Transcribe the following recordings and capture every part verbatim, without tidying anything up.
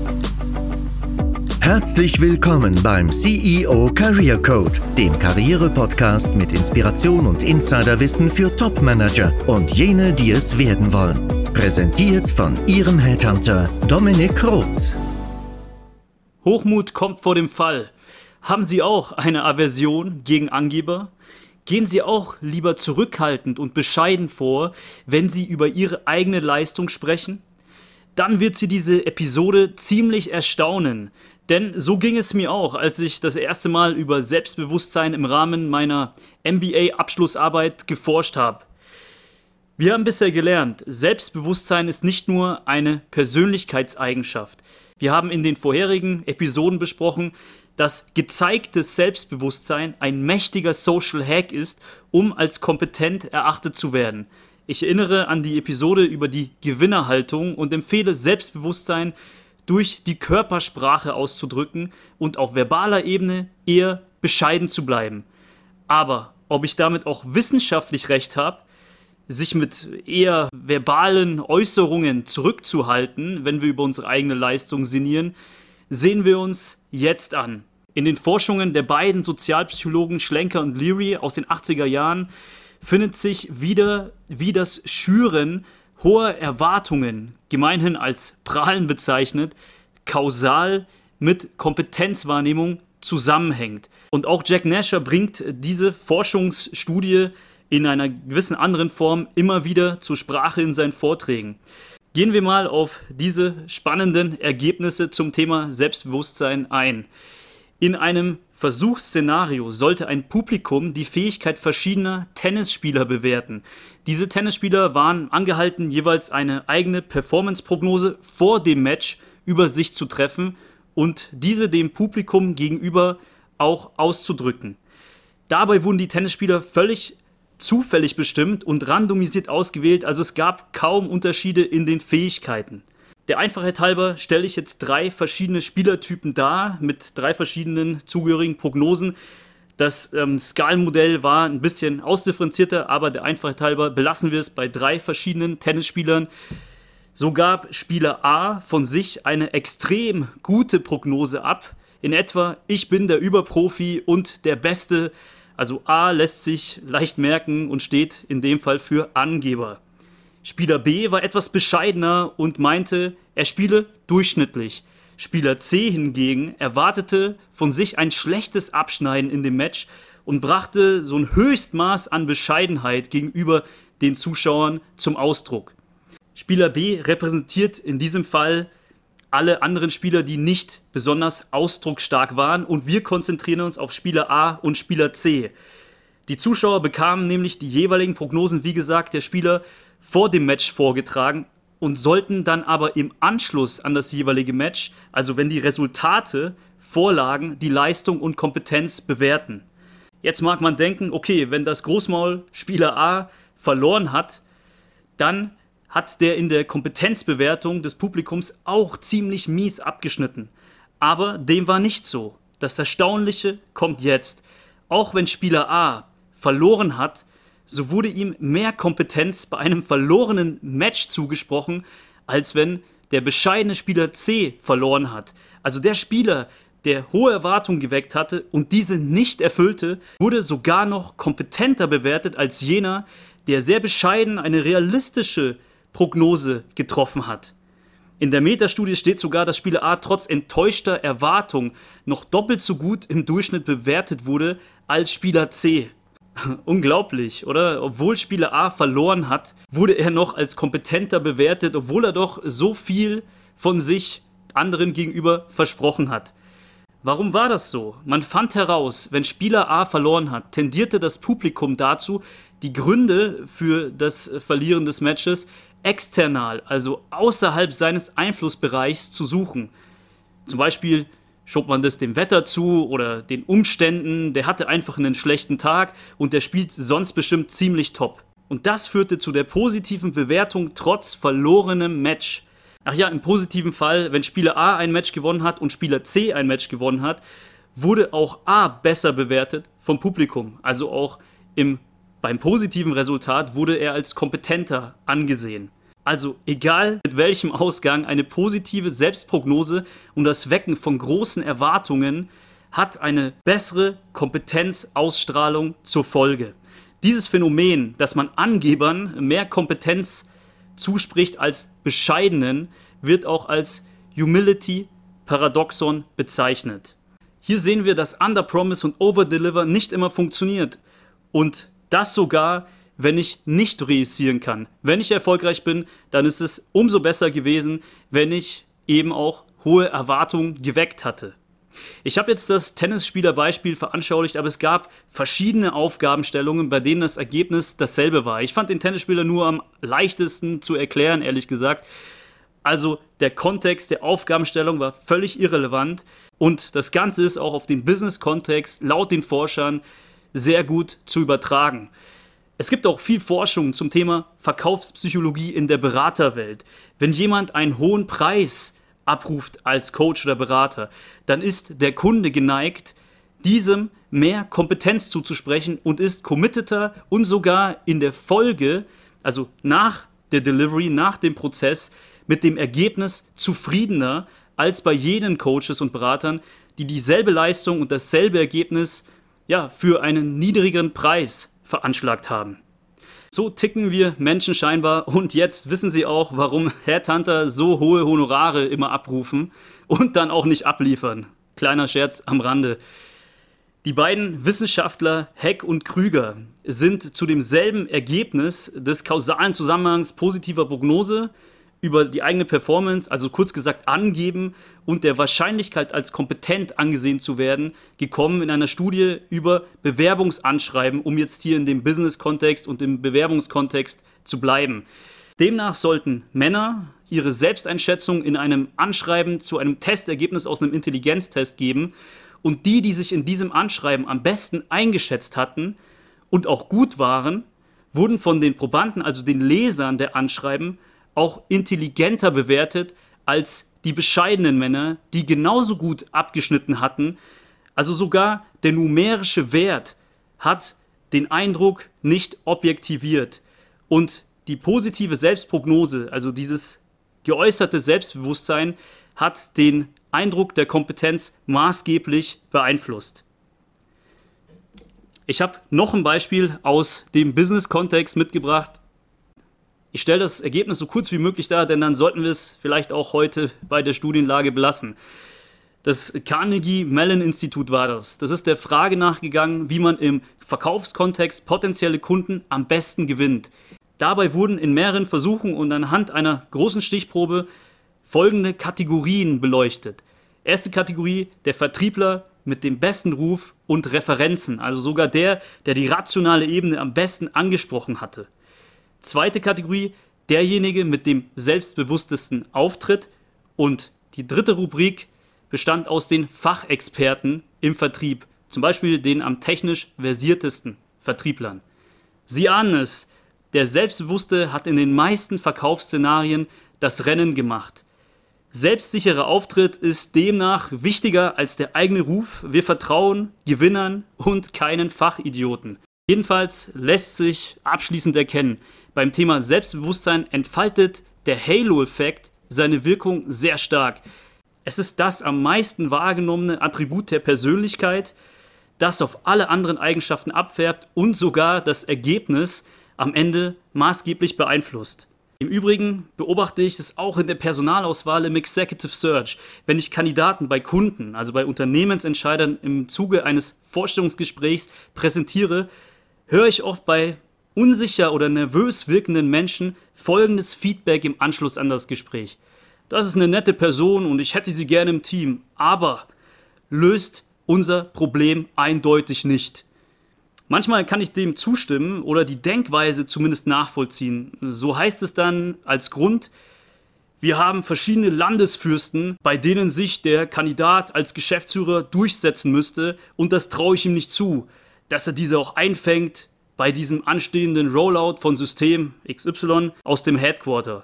Herzlich willkommen beim C E O Career Code, dem Karriere-Podcast mit Inspiration und Insiderwissen für Top-Manager und jene, die es werden wollen. Präsentiert von Ihrem Headhunter Dominik Roth. Hochmut kommt vor dem Fall. Haben Sie auch eine Aversion gegen Angeber? Gehen Sie auch lieber zurückhaltend und bescheiden vor, wenn Sie über Ihre eigene Leistung sprechen? Dann wird Sie diese Episode ziemlich erstaunen. Denn so ging es mir auch, als ich das erste Mal über Selbstbewusstsein im Rahmen meiner M B A-Abschlussarbeit geforscht habe. Wir haben bisher gelernt, Selbstbewusstsein ist nicht nur eine Persönlichkeitseigenschaft. Wir haben in den vorherigen Episoden besprochen, dass gezeigtes Selbstbewusstsein ein mächtiger Social Hack ist, um als kompetent erachtet zu werden. Ich erinnere an die Episode über die Gewinnerhaltung und empfehle Selbstbewusstsein durch die Körpersprache auszudrücken und auf verbaler Ebene eher bescheiden zu bleiben. Aber ob ich damit auch wissenschaftlich recht habe, sich mit eher verbalen Äußerungen zurückzuhalten, wenn wir über unsere eigene Leistung sinnieren, sehen wir uns jetzt an. In den Forschungen der beiden Sozialpsychologen Schlenker und Leary aus den achtziger Jahren findet sich wieder, wie das Schüren hoher Erwartungen, gemeinhin als Prahlen bezeichnet, kausal mit Kompetenzwahrnehmung zusammenhängt. Und auch Jack Nasher bringt diese Forschungsstudie in einer gewissen anderen Form immer wieder zur Sprache in seinen Vorträgen. Gehen wir mal auf diese spannenden Ergebnisse zum Thema Selbstbewusstsein ein. In einem Versuchsszenario sollte ein Publikum die Fähigkeit verschiedener Tennisspieler bewerten. Diese Tennisspieler waren angehalten, jeweils eine eigene Performance-Prognose vor dem Match über sich zu treffen und diese dem Publikum gegenüber auch auszudrücken. Dabei wurden die Tennisspieler völlig zufällig bestimmt und randomisiert ausgewählt, also es gab kaum Unterschiede in den Fähigkeiten. Der Einfachheit halber stelle ich jetzt drei verschiedene Spielertypen dar, mit drei verschiedenen zugehörigen Prognosen. Das ähm, Skalenmodell war ein bisschen ausdifferenzierter, aber der Einfachheit halber belassen wir es bei drei verschiedenen Tennisspielern. So gab Spieler A von sich eine extrem gute Prognose ab. In etwa, ich bin der Überprofi und der Beste. Also A lässt sich leicht merken und steht in dem Fall für Angeber. Spieler B war etwas bescheidener und meinte, er spiele durchschnittlich. Spieler C hingegen erwartete von sich ein schlechtes Abschneiden in dem Match und brachte so ein Höchstmaß an Bescheidenheit gegenüber den Zuschauern zum Ausdruck. Spieler B repräsentiert in diesem Fall alle anderen Spieler, die nicht besonders ausdrucksstark waren, und wir konzentrieren uns auf Spieler A und Spieler C. Die Zuschauer bekamen nämlich die jeweiligen Prognosen, wie gesagt, der Spieler vor dem Match vorgetragen und sollten dann aber im Anschluss an das jeweilige Match, also wenn die Resultate vorlagen, die Leistung und Kompetenz bewerten. Jetzt mag man denken, okay, wenn das Großmaul Spieler A verloren hat, dann hat der in der Kompetenzbewertung des Publikums auch ziemlich mies abgeschnitten. Aber dem war nicht so. Das Erstaunliche kommt jetzt. Auch wenn Spieler A verloren hat, so wurde ihm mehr Kompetenz bei einem verlorenen Match zugesprochen, als wenn der bescheidene Spieler C verloren hat. Also der Spieler, der hohe Erwartungen geweckt hatte und diese nicht erfüllte, wurde sogar noch kompetenter bewertet als jener, der sehr bescheiden eine realistische Prognose getroffen hat. In der Metastudie steht sogar, dass Spieler A trotz enttäuschter Erwartung noch doppelt so gut im Durchschnitt bewertet wurde als Spieler C. Unglaublich, oder? Obwohl Spieler A verloren hat, wurde er noch als kompetenter bewertet, obwohl er doch so viel von sich anderen gegenüber versprochen hat. Warum war das so? Man fand heraus, wenn Spieler A verloren hat, tendierte das Publikum dazu, die Gründe für das Verlieren des Matches external, also außerhalb seines Einflussbereichs zu suchen. Zum Beispiel schob man das dem Wetter zu oder den Umständen, der hatte einfach einen schlechten Tag und der spielt sonst bestimmt ziemlich top. Und das führte zu der positiven Bewertung trotz verlorenem Match. Ach ja, im positiven Fall, wenn Spieler A ein Match gewonnen hat und Spieler C ein Match gewonnen hat, wurde auch A besser bewertet vom Publikum. Also auch im, beim positiven Resultat wurde er als kompetenter angesehen. Also egal mit welchem Ausgang, eine positive Selbstprognose und das Wecken von großen Erwartungen hat eine bessere Kompetenzausstrahlung zur Folge. Dieses Phänomen, dass man Angebern mehr Kompetenz zuspricht als Bescheidenen, wird auch als Humility-Paradoxon bezeichnet. Hier sehen wir, dass Under-Promise und Over-Deliver nicht immer funktioniert. Und das sogar, wenn ich nicht reüssieren kann. Wenn ich erfolgreich bin, dann ist es umso besser gewesen, wenn ich eben auch hohe Erwartungen geweckt hatte. Ich habe jetzt das Tennisspieler-Beispiel veranschaulicht, aber es gab verschiedene Aufgabenstellungen, bei denen das Ergebnis dasselbe war. Ich fand den Tennisspieler nur am leichtesten zu erklären, ehrlich gesagt. Also der Kontext der Aufgabenstellung war völlig irrelevant und das Ganze ist auch auf den Business-Kontext laut den Forschern sehr gut zu übertragen. Es gibt auch viel Forschung zum Thema Verkaufspsychologie in der Beraterwelt. Wenn jemand einen hohen Preis abruft als Coach oder Berater, dann ist der Kunde geneigt, diesem mehr Kompetenz zuzusprechen und ist committeter und sogar in der Folge, also nach der Delivery, nach dem Prozess, mit dem Ergebnis zufriedener als bei jenen Coaches und Beratern, die dieselbe Leistung und dasselbe Ergebnis ja, für einen niedrigeren Preis veranschlagt haben. So ticken wir Menschen scheinbar und jetzt wissen Sie auch, warum Headhunter so hohe Honorare immer abrufen und dann auch nicht abliefern. Kleiner Scherz am Rande. Die beiden Wissenschaftler Heck und Krüger sind zu demselben Ergebnis des kausalen Zusammenhangs positiver Prognose über die eigene Performance, also kurz gesagt angeben und der Wahrscheinlichkeit als kompetent angesehen zu werden, gekommen in einer Studie über Bewerbungsanschreiben, um jetzt hier in dem Business-Kontext und im Bewerbungskontext zu bleiben. Demnach sollten Männer ihre Selbsteinschätzung in einem Anschreiben zu einem Testergebnis aus einem Intelligenztest geben und die, die sich in diesem Anschreiben am besten eingeschätzt hatten und auch gut waren, wurden von den Probanden, also den Lesern der Anschreiben, auch intelligenter bewertet als die bescheidenen Männer, die genauso gut abgeschnitten hatten. Also sogar der numerische Wert hat den Eindruck nicht objektiviert. Und die positive Selbstprognose, also dieses geäußerte Selbstbewusstsein, hat den Eindruck der Kompetenz maßgeblich beeinflusst. Ich habe noch ein Beispiel aus dem Business-Kontext mitgebracht. Ich stelle das Ergebnis so kurz wie möglich dar, denn dann sollten wir es vielleicht auch heute bei der Studienlage belassen. Das Carnegie Mellon Institut war das. Das ist der Frage nachgegangen, wie man im Verkaufskontext potenzielle Kunden am besten gewinnt. Dabei wurden in mehreren Versuchen und anhand einer großen Stichprobe folgende Kategorien beleuchtet. Erste Kategorie, der Vertriebler mit dem besten Ruf und Referenzen, also sogar der, der die rationale Ebene am besten angesprochen hatte. Zweite Kategorie, derjenige mit dem selbstbewusstesten Auftritt. Und die dritte Rubrik bestand aus den Fachexperten im Vertrieb, zum Beispiel den am technisch versiertesten Vertrieblern. Sie ahnen es, der Selbstbewusste hat in den meisten Verkaufsszenarien das Rennen gemacht. Selbstsicherer Auftritt ist demnach wichtiger als der eigene Ruf. Wir vertrauen Gewinnern und keinen Fachidioten. Jedenfalls lässt sich abschließend erkennen, beim Thema Selbstbewusstsein entfaltet der Halo-Effekt seine Wirkung sehr stark. Es ist das am meisten wahrgenommene Attribut der Persönlichkeit, das auf alle anderen Eigenschaften abfärbt und sogar das Ergebnis am Ende maßgeblich beeinflusst. Im Übrigen beobachte ich es auch in der Personalauswahl im Executive Search. Wenn ich Kandidaten bei Kunden, also bei Unternehmensentscheidern im Zuge eines Vorstellungsgesprächs präsentiere, höre ich oft bei unsicher oder nervös wirkenden Menschen folgendes Feedback im Anschluss an das Gespräch. Das ist eine nette Person und ich hätte sie gerne im Team, aber löst unser Problem eindeutig nicht. Manchmal kann ich dem zustimmen oder die Denkweise zumindest nachvollziehen. So heißt es dann als Grund, wir haben verschiedene Landesfürsten, bei denen sich der Kandidat als Geschäftsführer durchsetzen müsste und das traue ich ihm nicht zu, dass er diese auch einfängt bei diesem anstehenden Rollout von System X Y aus dem Headquarter.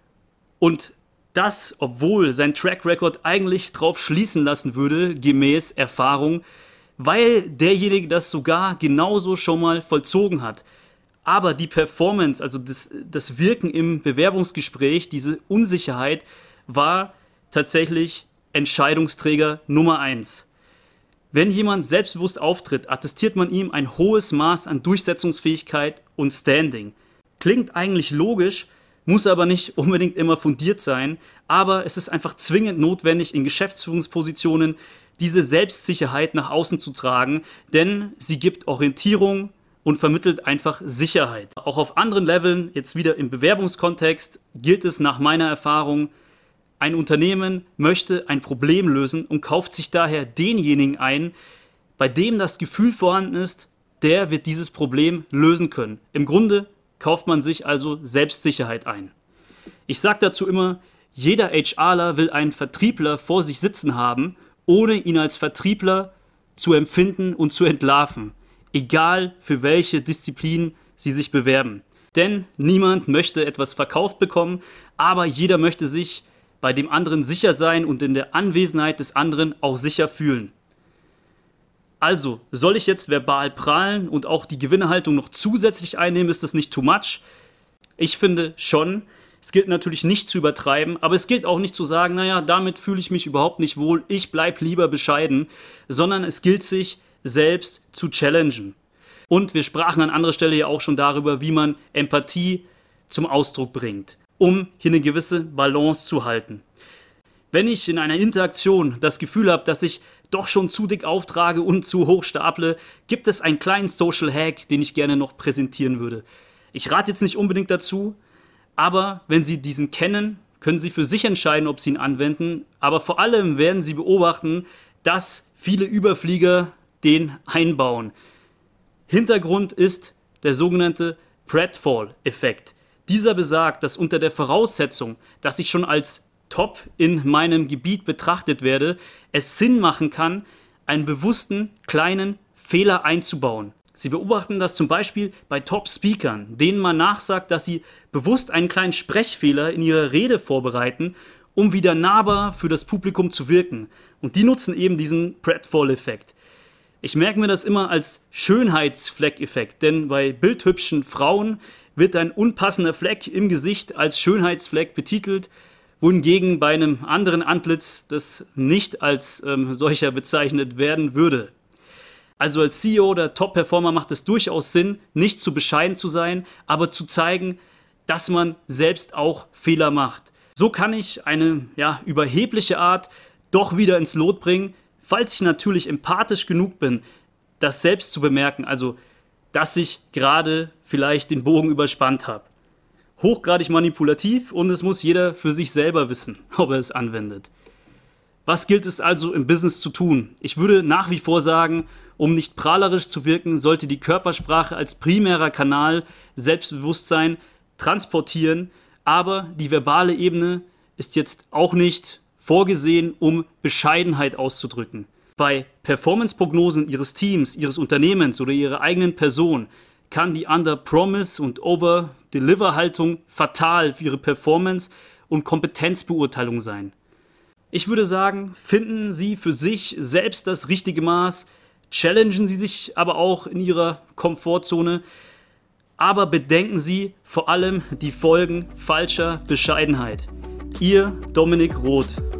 Und das, obwohl sein Track Record eigentlich drauf schließen lassen würde, gemäß Erfahrung, weil derjenige das sogar genauso schon mal vollzogen hat. Aber die Performance, also das, das Wirken im Bewerbungsgespräch, diese Unsicherheit war tatsächlich Entscheidungsträger Nummer eins. Wenn jemand selbstbewusst auftritt, attestiert man ihm ein hohes Maß an Durchsetzungsfähigkeit und Standing. Klingt eigentlich logisch, muss aber nicht unbedingt immer fundiert sein, aber es ist einfach zwingend notwendig, in Geschäftsführungspositionen diese Selbstsicherheit nach außen zu tragen, denn sie gibt Orientierung und vermittelt einfach Sicherheit. Auch auf anderen Leveln, jetzt wieder im Bewerbungskontext, gilt es nach meiner Erfahrung, ein Unternehmen möchte ein Problem lösen und kauft sich daher denjenigen ein, bei dem das Gefühl vorhanden ist, der wird dieses Problem lösen können. Im Grunde kauft man sich also Selbstsicherheit ein. Ich sage dazu immer, jeder HRler will einen Vertriebler vor sich sitzen haben, ohne ihn als Vertriebler zu empfinden und zu entlarven. Egal für welche Disziplin sie sich bewerben. Denn niemand möchte etwas verkauft bekommen, aber jeder möchte sich bei dem anderen sicher sein und in der Anwesenheit des anderen auch sicher fühlen. Also, soll ich jetzt verbal prahlen und auch die Gewinnerhaltung noch zusätzlich einnehmen? Ist das nicht too much? Ich finde schon. Es gilt natürlich nicht zu übertreiben, aber es gilt auch nicht zu sagen, naja, damit fühle ich mich überhaupt nicht wohl, ich bleibe lieber bescheiden, sondern es gilt sich selbst zu challengen. Und wir sprachen an anderer Stelle ja auch schon darüber, wie man Empathie zum Ausdruck bringt, um hier eine gewisse Balance zu halten. Wenn ich in einer Interaktion das Gefühl habe, dass ich doch schon zu dick auftrage und zu hoch staple, gibt es einen kleinen Social Hack, den ich gerne noch präsentieren würde. Ich rate jetzt nicht unbedingt dazu, aber wenn Sie diesen kennen, können Sie für sich entscheiden, ob Sie ihn anwenden. Aber vor allem werden Sie beobachten, dass viele Überflieger den einbauen. Hintergrund ist der sogenannte Pratfall-Effekt. Dieser besagt, dass unter der Voraussetzung, dass ich schon als Top in meinem Gebiet betrachtet werde, es Sinn machen kann, einen bewussten kleinen Fehler einzubauen. Sie beobachten das zum Beispiel bei Top-Speakern, denen man nachsagt, dass sie bewusst einen kleinen Sprechfehler in ihrer Rede vorbereiten, um wieder nahbar für das Publikum zu wirken. Und die nutzen eben diesen Pratfall-Effekt. Ich merke mir das immer als Schönheitsfleck-Effekt, denn bei bildhübschen Frauen wird ein unpassender Fleck im Gesicht als Schönheitsfleck betitelt, wohingegen bei einem anderen Antlitz das nicht als ähm, solcher bezeichnet werden würde. Also als C E O oder Top-Performer macht es durchaus Sinn, nicht zu bescheiden zu sein, aber zu zeigen, dass man selbst auch Fehler macht. So kann ich eine ja, überhebliche Art doch wieder ins Lot bringen, falls ich natürlich empathisch genug bin, das selbst zu bemerken, also dass ich gerade vielleicht den Bogen überspannt habe. Hochgradig manipulativ und es muss jeder für sich selber wissen, ob er es anwendet. Was gilt es also im Business zu tun? Ich würde nach wie vor sagen, um nicht prahlerisch zu wirken, sollte die Körpersprache als primärer Kanal Selbstbewusstsein transportieren, aber die verbale Ebene ist jetzt auch nicht vorgesehen, um Bescheidenheit auszudrücken. Bei Performance-Prognosen Ihres Teams, Ihres Unternehmens oder Ihrer eigenen Person kann die Under-Promise- und Over-Deliver-Haltung fatal für Ihre Performance und Kompetenzbeurteilung sein. Ich würde sagen, finden Sie für sich selbst das richtige Maß, challengen Sie sich aber auch in Ihrer Komfortzone, aber bedenken Sie vor allem die Folgen falscher Bescheidenheit. Ihr Dominik Roth.